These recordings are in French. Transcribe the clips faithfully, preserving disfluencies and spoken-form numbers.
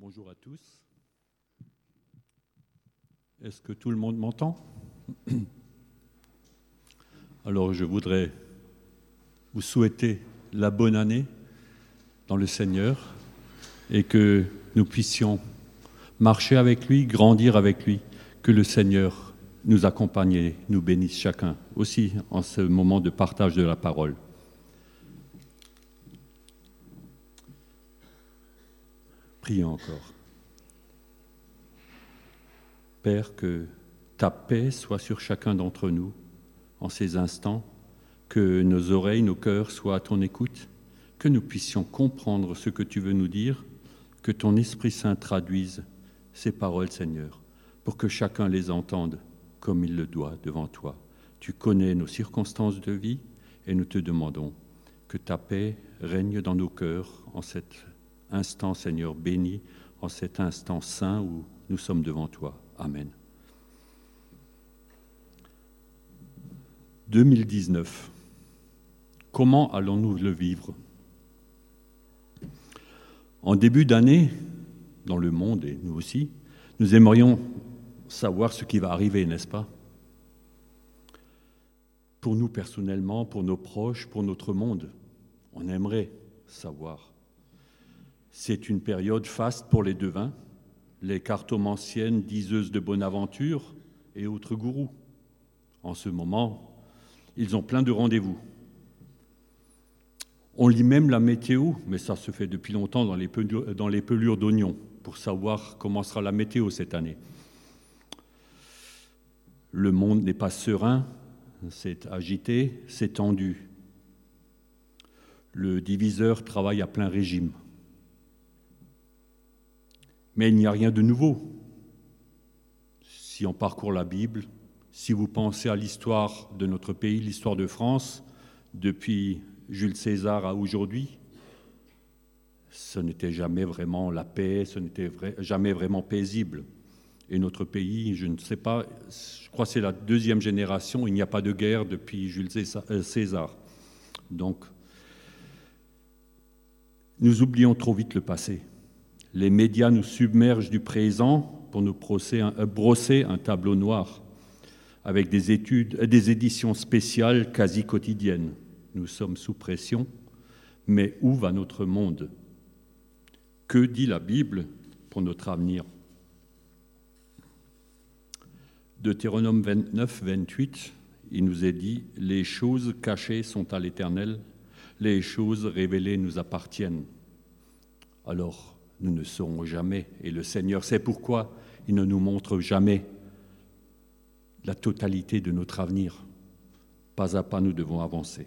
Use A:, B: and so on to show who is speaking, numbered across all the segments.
A: Bonjour à tous. Est-ce que tout le monde m'entend? Alors je voudrais vous souhaiter la bonne année dans le Seigneur et que nous puissions marcher avec lui, grandir avec lui, que le Seigneur nous accompagne et nous bénisse chacun, aussi en ce moment de partage de la parole. Prions encore. Père, que ta paix soit sur chacun d'entre nous en ces instants, que nos oreilles, nos cœurs soient à ton écoute, que nous puissions comprendre ce que tu veux nous dire, que ton Esprit Saint traduise ces paroles, Seigneur, pour que chacun les entende comme il le doit devant toi. Tu connais nos circonstances de vie et nous te demandons que ta paix règne dans nos cœurs en cet instant, Seigneur, béni, en cet instant saint où nous sommes devant toi. Amen. deux mille dix-neuf. Comment allons-nous le vivre? En début d'année, dans le monde et nous aussi, nous aimerions savoir ce qui va arriver, n'est-ce pas? Pour nous personnellement, pour nos proches, pour notre monde, on aimerait savoir. C'est une période faste pour les devins, les cartomanciennes, diseuses de bonne aventure et autres gourous. En ce moment, ils ont plein de rendez-vous. On lit même la météo, mais ça se fait depuis longtemps dans les pelures, dans les pelures d'oignons, pour savoir comment sera la météo cette année. Le monde n'est pas serein, c'est agité, c'est tendu. Le diviseur travaille à plein régime. Mais il n'y a rien de nouveau. Si on parcourt la Bible, si vous pensez à l'histoire de notre pays, l'histoire de France, depuis Jules César à aujourd'hui, ce n'était jamais vraiment la paix, ce n'était vrai, jamais vraiment paisible. Et notre pays, je ne sais pas, je crois que c'est la deuxième génération, il n'y a pas de guerre depuis Jules César. Donc, nous oublions trop vite le passé. Les médias nous submergent du présent pour nous brosser un, brosser un tableau noir avec des études, des éditions spéciales quasi quotidiennes. Nous sommes sous pression, mais où va notre monde? Que dit la Bible pour notre avenir? Deutéronome vingt-neuf, vingt-huit, il nous est dit « Les choses cachées sont à l'Éternel, les choses révélées nous appartiennent. » Alors, nous ne saurons jamais, et le Seigneur sait pourquoi il ne nous montre jamais la totalité de notre avenir. Pas à pas, nous devons avancer.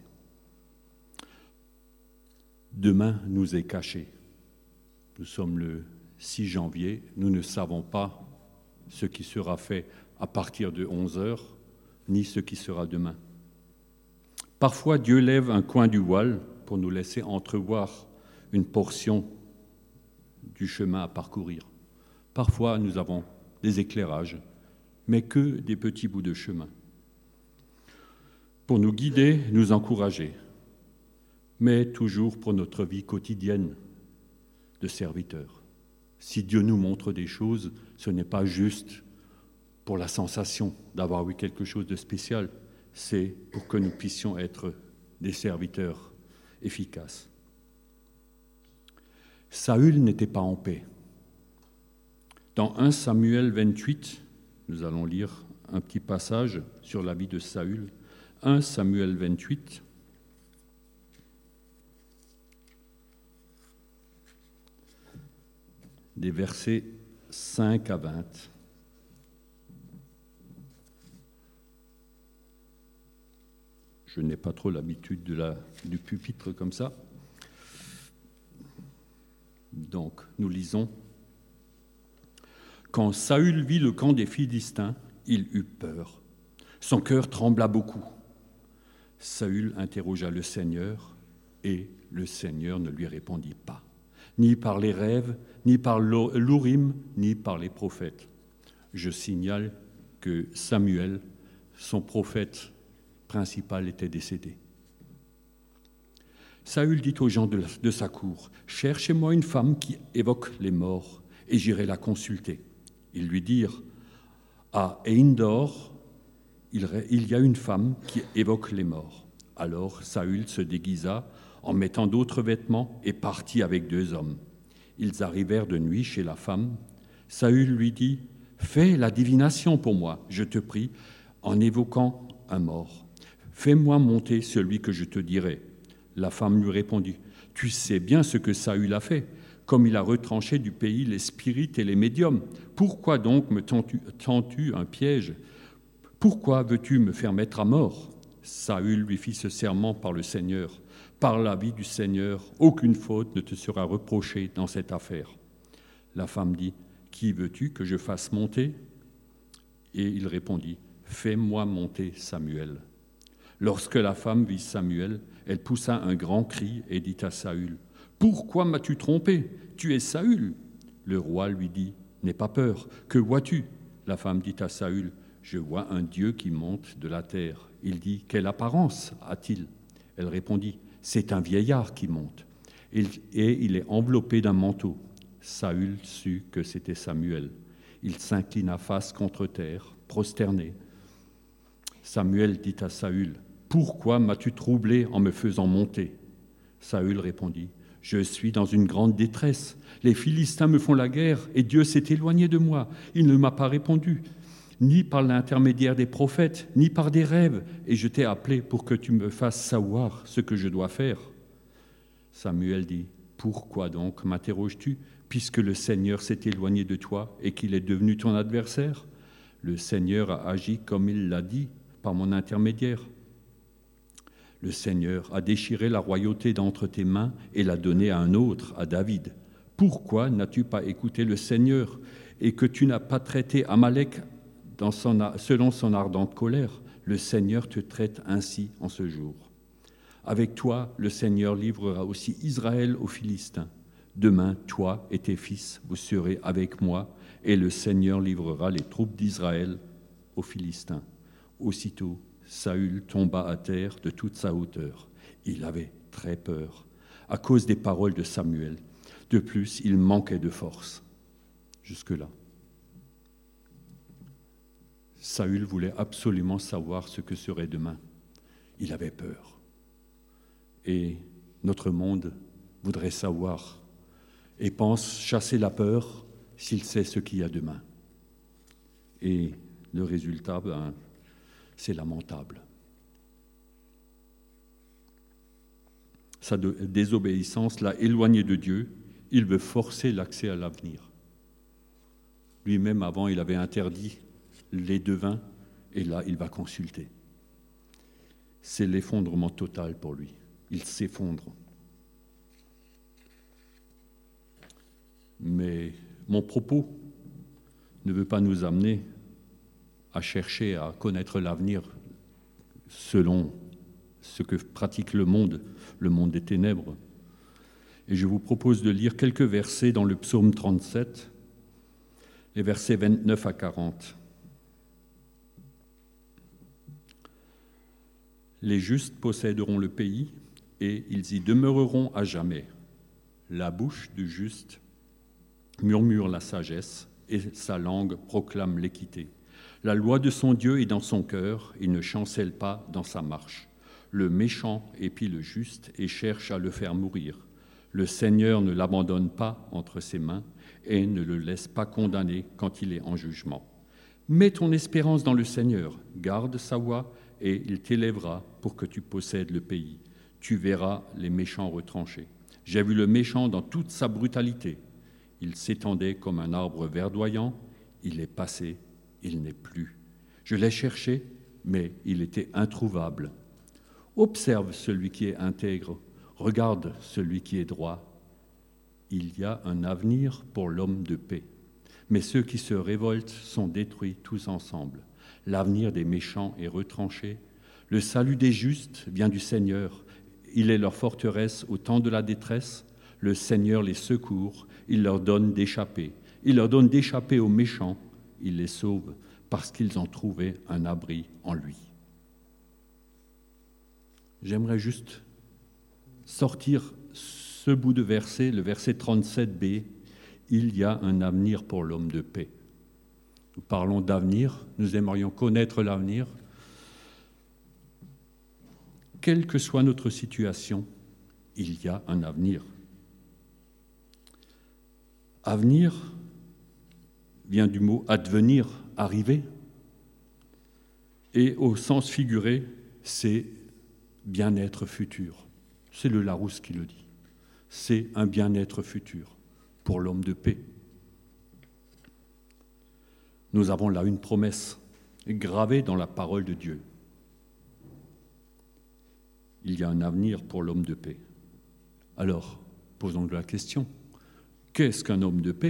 A: Demain nous est caché. Nous sommes le six janvier, nous ne savons pas ce qui sera fait à partir de onze heures, ni ce qui sera demain. Parfois, Dieu lève un coin du voile pour nous laisser entrevoir une portion du chemin à parcourir. Parfois, nous avons des éclairages, mais que des petits bouts de chemin. Pour nous guider, nous encourager, mais toujours pour notre vie quotidienne de serviteur. Si Dieu nous montre des choses, ce n'est pas juste pour la sensation d'avoir eu quelque chose de spécial, c'est pour que nous puissions être des serviteurs efficaces. Saül n'était pas en paix. Dans premier Samuel vingt-huit, nous allons lire un petit passage sur la vie de Saül. premier Samuel vingt-huit. Des versets cinq à vingt. Je n'ai pas trop l'habitude de la, du pupitre comme ça. Donc, nous lisons. Quand Saül vit le camp des Philistins, il eut peur. Son cœur trembla beaucoup. Saül interrogea le Seigneur, et le Seigneur ne lui répondit pas, ni par les rêves, ni par l'Urim, ni par les prophètes. Je signale que Samuel, son prophète principal, était décédé. Saül dit aux gens de, la, de sa cour, « Cherchez-moi une femme qui évoque les morts et j'irai la consulter. » Ils lui dirent, « À Endor, il y a une femme qui évoque les morts. » Alors Saül se déguisa en mettant d'autres vêtements et partit avec deux hommes. Ils arrivèrent de nuit chez la femme. Saül lui dit, « Fais la divination pour moi, je te prie, en évoquant un mort. Fais-moi monter celui que je te dirai. » La femme lui répondit, « Tu sais bien ce que Saül a fait, comme il a retranché du pays les spirites et les médiums. Pourquoi donc me tends-tu, tends-tu un piège ? Pourquoi veux-tu me faire mettre à mort ?» Saül lui fit ce serment par le Seigneur. « Par la vie du Seigneur, aucune faute ne te sera reprochée dans cette affaire. » La femme dit, « Qui veux-tu que je fasse monter ?» Et il répondit, « Fais-moi monter Samuel. » Lorsque la femme vit Samuel, elle poussa un grand cri et dit à Saül, « Pourquoi m'as-tu trompé ? Tu es Saül. » Le roi lui dit, « N'aie pas peur, que vois-tu » La femme dit à Saül, « Je vois un Dieu qui monte de la terre. » Il dit, « Quelle apparence a-t-il » Elle répondit, « C'est un vieillard qui monte, et il est enveloppé d'un manteau. » Saül sut que c'était Samuel. Il s'inclina face contre terre, prosterné. Samuel dit à Saül, « Pourquoi m'as-tu troublé en me faisant monter ?» Saül répondit, « Je suis dans une grande détresse. Les Philistins me font la guerre et Dieu s'est éloigné de moi. Il ne m'a pas répondu, ni par l'intermédiaire des prophètes, ni par des rêves, et je t'ai appelé pour que tu me fasses savoir ce que je dois faire. » Samuel dit, « Pourquoi donc m'interroges-tu, puisque le Seigneur s'est éloigné de toi et qu'il est devenu ton adversaire ? Le Seigneur a agi comme il l'a dit, par mon intermédiaire. Le Seigneur a déchiré la royauté d'entre tes mains et l'a donnée à un autre, à David. Pourquoi n'as-tu pas écouté le Seigneur et que tu n'as pas traité Amalek dans son, selon son ardente colère? Le Seigneur te traite ainsi en ce jour. Avec toi, le Seigneur livrera aussi Israël aux Philistins. Demain, toi et tes fils, vous serez avec moi, et le Seigneur livrera les troupes d'Israël aux Philistins. » Aussitôt, Saül tomba à terre de toute sa hauteur. Il avait très peur, à cause des paroles de Samuel. De plus, il manquait de force. Jusque-là. Saül voulait absolument savoir ce que serait demain. Il avait peur. Et notre monde voudrait savoir et pense chasser la peur s'il sait ce qu'il y a demain. Et le résultat, ben, c'est lamentable. Sa désobéissance l'a éloigné de Dieu. Il veut forcer l'accès à l'avenir. Lui-même, avant, il avait interdit les devins, et là, il va consulter. C'est l'effondrement total pour lui. Il s'effondre. Mais mon propos ne veut pas nous amener à chercher à connaître l'avenir selon ce que pratique le monde, le monde des ténèbres. Et je vous propose de lire quelques versets dans le psaume trente-sept, les versets vingt-neuf à quarante. Les justes posséderont le pays et ils y demeureront à jamais. La bouche du juste murmure la sagesse et sa langue proclame l'équité. La loi de son Dieu est dans son cœur, il ne chancelle pas dans sa marche. Le méchant épie le juste et cherche à le faire mourir. Le Seigneur ne l'abandonne pas entre ses mains et ne le laisse pas condamner quand il est en jugement. Mets ton espérance dans le Seigneur, garde sa voie et il t'élèvera pour que tu possèdes le pays. Tu verras les méchants retranchés. J'ai vu le méchant dans toute sa brutalité. Il s'étendait comme un arbre verdoyant, il est passé, il n'est plus. Je l'ai cherché, mais il était introuvable. Observe celui qui est intègre, regarde celui qui est droit. Il y a un avenir pour l'homme de paix. Mais ceux qui se révoltent sont détruits tous ensemble. L'avenir des méchants est retranché. Le salut des justes vient du Seigneur. Il est leur forteresse au temps de la détresse. Le Seigneur les secourt, il leur donne d'échapper. Il leur donne d'échapper aux méchants. Il les sauve parce qu'ils ont trouvé un abri en lui. J'aimerais juste sortir ce bout de verset, le verset trente-sept b. il y a un avenir pour l'homme de paix. Nous parlons d'avenir, nous aimerions connaître l'avenir. Quelle que soit notre situation, il y a un avenir. Avenir vient du mot advenir, arriver. Et au sens figuré, c'est bien-être futur. C'est le Larousse qui le dit. C'est un bien-être futur pour l'homme de paix. Nous avons là une promesse gravée dans la parole de Dieu. Il y a un avenir pour l'homme de paix. Alors, posons-nous la question, qu'est-ce qu'un homme de paix ?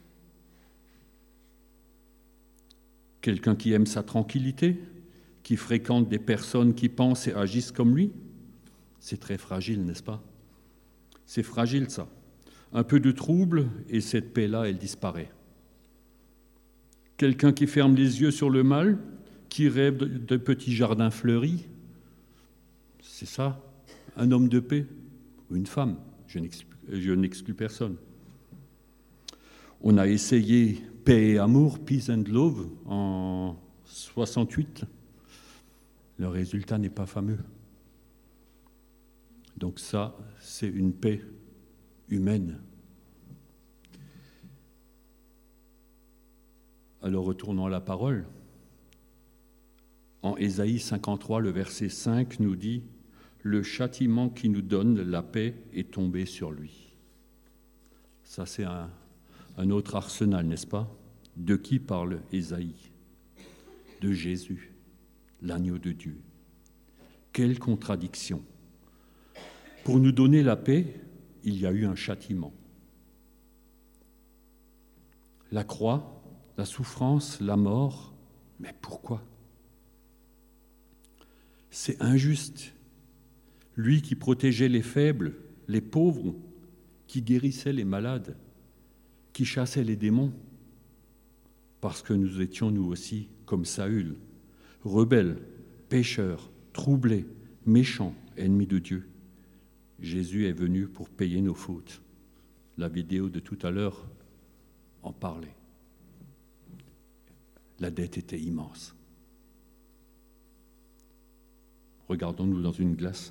A: Quelqu'un qui aime sa tranquillité, qui fréquente des personnes qui pensent et agissent comme lui ? C'est très fragile, n'est-ce pas ? C'est fragile, ça. Un peu de trouble, et cette paix-là, elle disparaît. Quelqu'un qui ferme les yeux sur le mal, qui rêve de, de petits jardins fleuris, c'est ça, un homme de paix ou une femme, je n'exclus, je n'exclus personne. On a essayé Paix et amour, Peace and Love, en soixante-huit. Le résultat n'est pas fameux. Donc ça, c'est une paix humaine. Alors retournons à la parole. En Ésaïe cinquante-trois, le verset cinq nous dit « Le châtiment qui nous donne la paix est tombé sur lui ». Ça, c'est un, un autre arsenal, n'est-ce pas ? De qui parle Ésaïe ? De Jésus, l'agneau de Dieu. Quelle contradiction ! Pour nous donner la paix, il y a eu un châtiment. La croix, la souffrance, la mort, mais pourquoi ? C'est injuste. Lui qui protégeait les faibles, les pauvres, qui guérissait les malades, qui chassait les démons, parce que nous étions nous aussi comme Saül, rebelles, pécheurs, troublés, méchants, ennemis de Dieu. Jésus est venu pour payer nos fautes. La vidéo de tout à l'heure en parlait. La dette était immense. Regardons-nous dans une glace.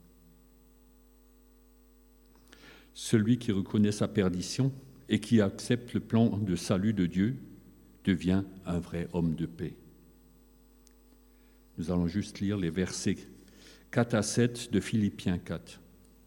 A: Celui qui reconnaît sa perdition et qui accepte le plan de salut de Dieu devient un vrai homme de paix. Nous allons juste lire les versets quatre à sept de Philippiens quatre.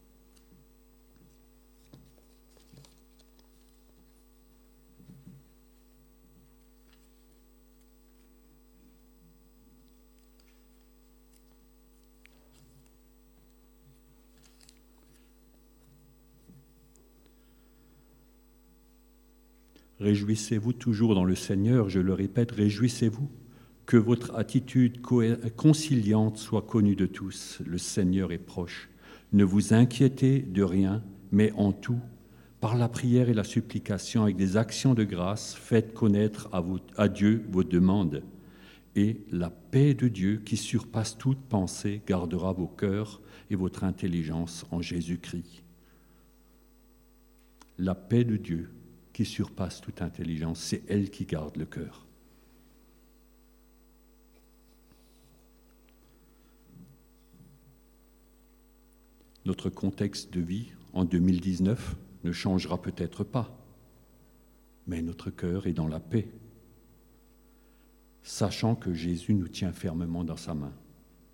A: Réjouissez-vous toujours dans le Seigneur, je le répète, réjouissez-vous, que votre attitude conciliante soit connue de tous. Le Seigneur est proche. Ne vous inquiétez de rien, mais en tout, par la prière et la supplication, avec des actions de grâce, faites connaître à, vous, à Dieu vos demandes. Et la paix de Dieu, qui surpasse toute pensée, gardera vos cœurs et votre intelligence en Jésus-Christ. La paix de Dieu, qui surpasse toute intelligence, c'est elle qui garde le cœur. Notre contexte de vie en deux mille dix-neuf ne changera peut-être pas, mais notre cœur est dans la paix, sachant que Jésus nous tient fermement dans sa main.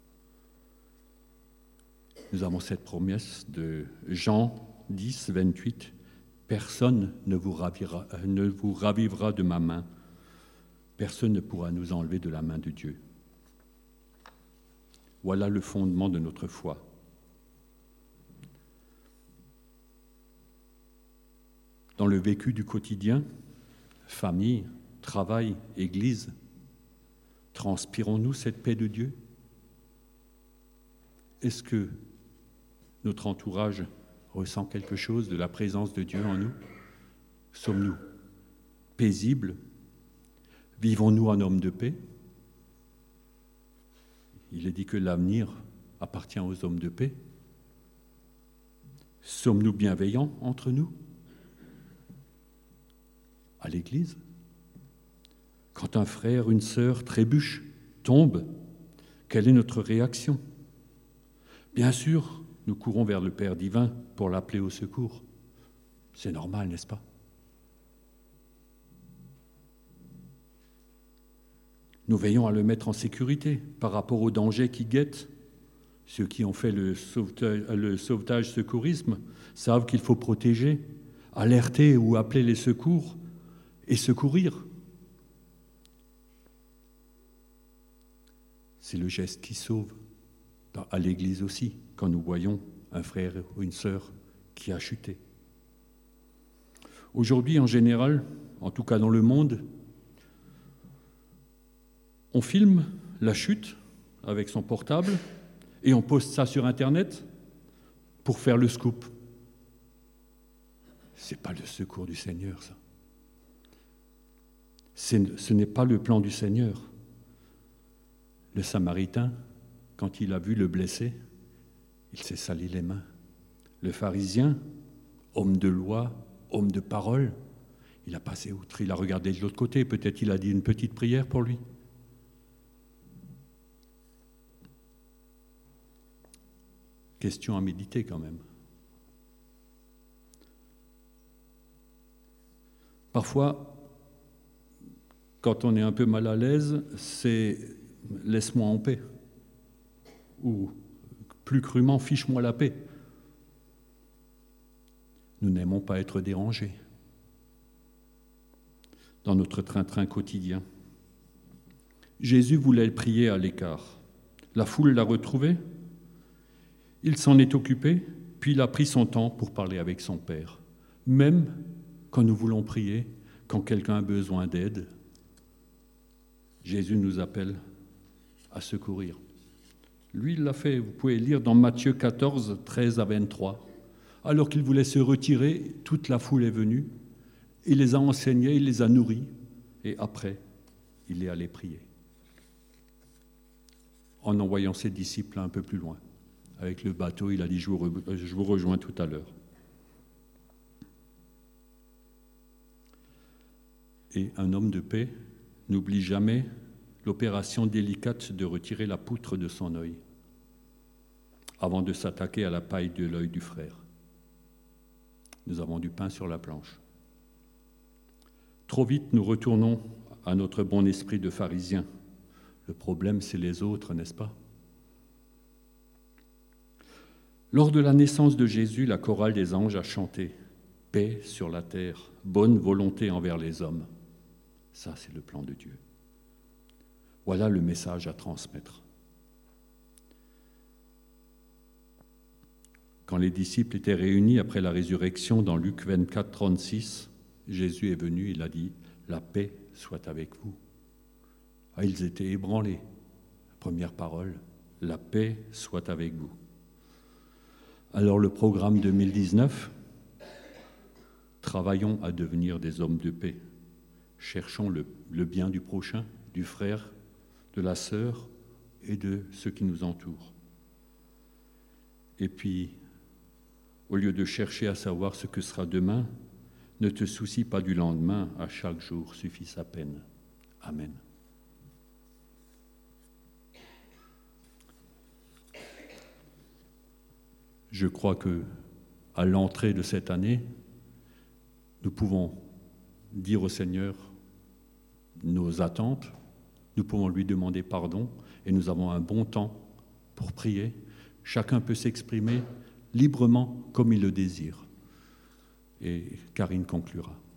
A: Nous avons cette promesse de Jean dix, vingt-huit. Personne ne vous, ravira, ne vous ravivera de ma main. Personne ne pourra nous enlever de la main de Dieu. Voilà le fondement de notre foi. Dans le vécu du quotidien, famille, travail, Église, transpirons-nous cette paix de Dieu ? Est-ce que notre entourage ressent quelque chose de la présence de Dieu en nous ? Sommes-nous paisibles ? Vivons-nous en homme de paix ? Il est dit que l'avenir appartient aux hommes de paix. Sommes-nous bienveillants entre nous ? à l'église. Quand un frère, une sœur trébuche, tombe, quelle est notre réaction? Bien sûr, nous courons vers le Père divin pour l'appeler au secours. C'est normal, n'est-ce pas? Nous veillons à le mettre en sécurité par rapport aux dangers qui guettent. Ceux qui ont fait le sauvetage, le sauvetage secourisme savent qu'il faut protéger, alerter ou appeler les secours et secourir. C'est le geste qui sauve, à l'Église aussi, quand nous voyons un frère ou une sœur qui a chuté. Aujourd'hui, en général, en tout cas dans le monde, on filme la chute avec son portable et on poste ça sur Internet pour faire le scoop. Ce n'est pas le secours du Seigneur, ça. C'est, ce n'est pas le plan du Seigneur. Le Samaritain, quand il a vu le blessé, il s'est sali les mains. Le pharisien, homme de loi, homme de parole, il a passé outre, il a regardé de l'autre côté, peut-être il a dit une petite prière pour lui. Question à méditer quand même. Parfois, quand on est un peu mal à l'aise, c'est « laisse-moi en paix » ou plus crûment « fiche-moi la paix ». Nous n'aimons pas être dérangés dans notre train-train quotidien. Jésus voulait prier à l'écart. La foule l'a retrouvé. Il s'en est occupé, puis il a pris son temps pour parler avec son Père. Même quand nous voulons prier, quand quelqu'un a besoin d'aide, Jésus nous appelle à secourir. Lui, il l'a fait. Vous pouvez lire dans Matthieu quatorze, treize à vingt-trois. Alors qu'il voulait se retirer, toute la foule est venue. Il les a enseignés, il les a nourris. Et après, il est allé prier. En envoyant ses disciples un peu plus loin. Avec le bateau, il a dit « je vous, re- je vous rejoins tout à l'heure ». Et un homme de paix n'oublie jamais l'opération délicate de retirer la poutre de son œil avant de s'attaquer à la paille de l'œil du frère. Nous avons du pain sur la planche. Trop vite, nous retournons à notre bon esprit de pharisien. Le problème, c'est les autres, n'est-ce pas? Lors de la naissance de Jésus, la chorale des anges a chanté « Paix sur la terre, bonne volonté envers les hommes ». Ça, c'est le plan de Dieu. Voilà le message à transmettre. Quand les disciples étaient réunis après la résurrection dans Luc vingt-quatre, trente-six, Jésus est venu, il a dit « La paix soit avec vous ». Ah, ils étaient ébranlés. Première parole, « La paix soit avec vous ». Alors le programme deux mille dix-neuf, travaillons à devenir des hommes de paix. Cherchons le, le bien du prochain, du frère, de la sœur et de ceux qui nous entourent. Et puis, au lieu de chercher à savoir ce que sera demain, ne te soucie pas du lendemain, à chaque jour suffit sa peine. Amen. Je crois que, à l'entrée de cette année, nous pouvons dire au Seigneur nos attentes, nous pouvons lui demander pardon et nous avons un bon temps pour prier. Chacun peut s'exprimer librement comme il le désire. Et Karine conclura.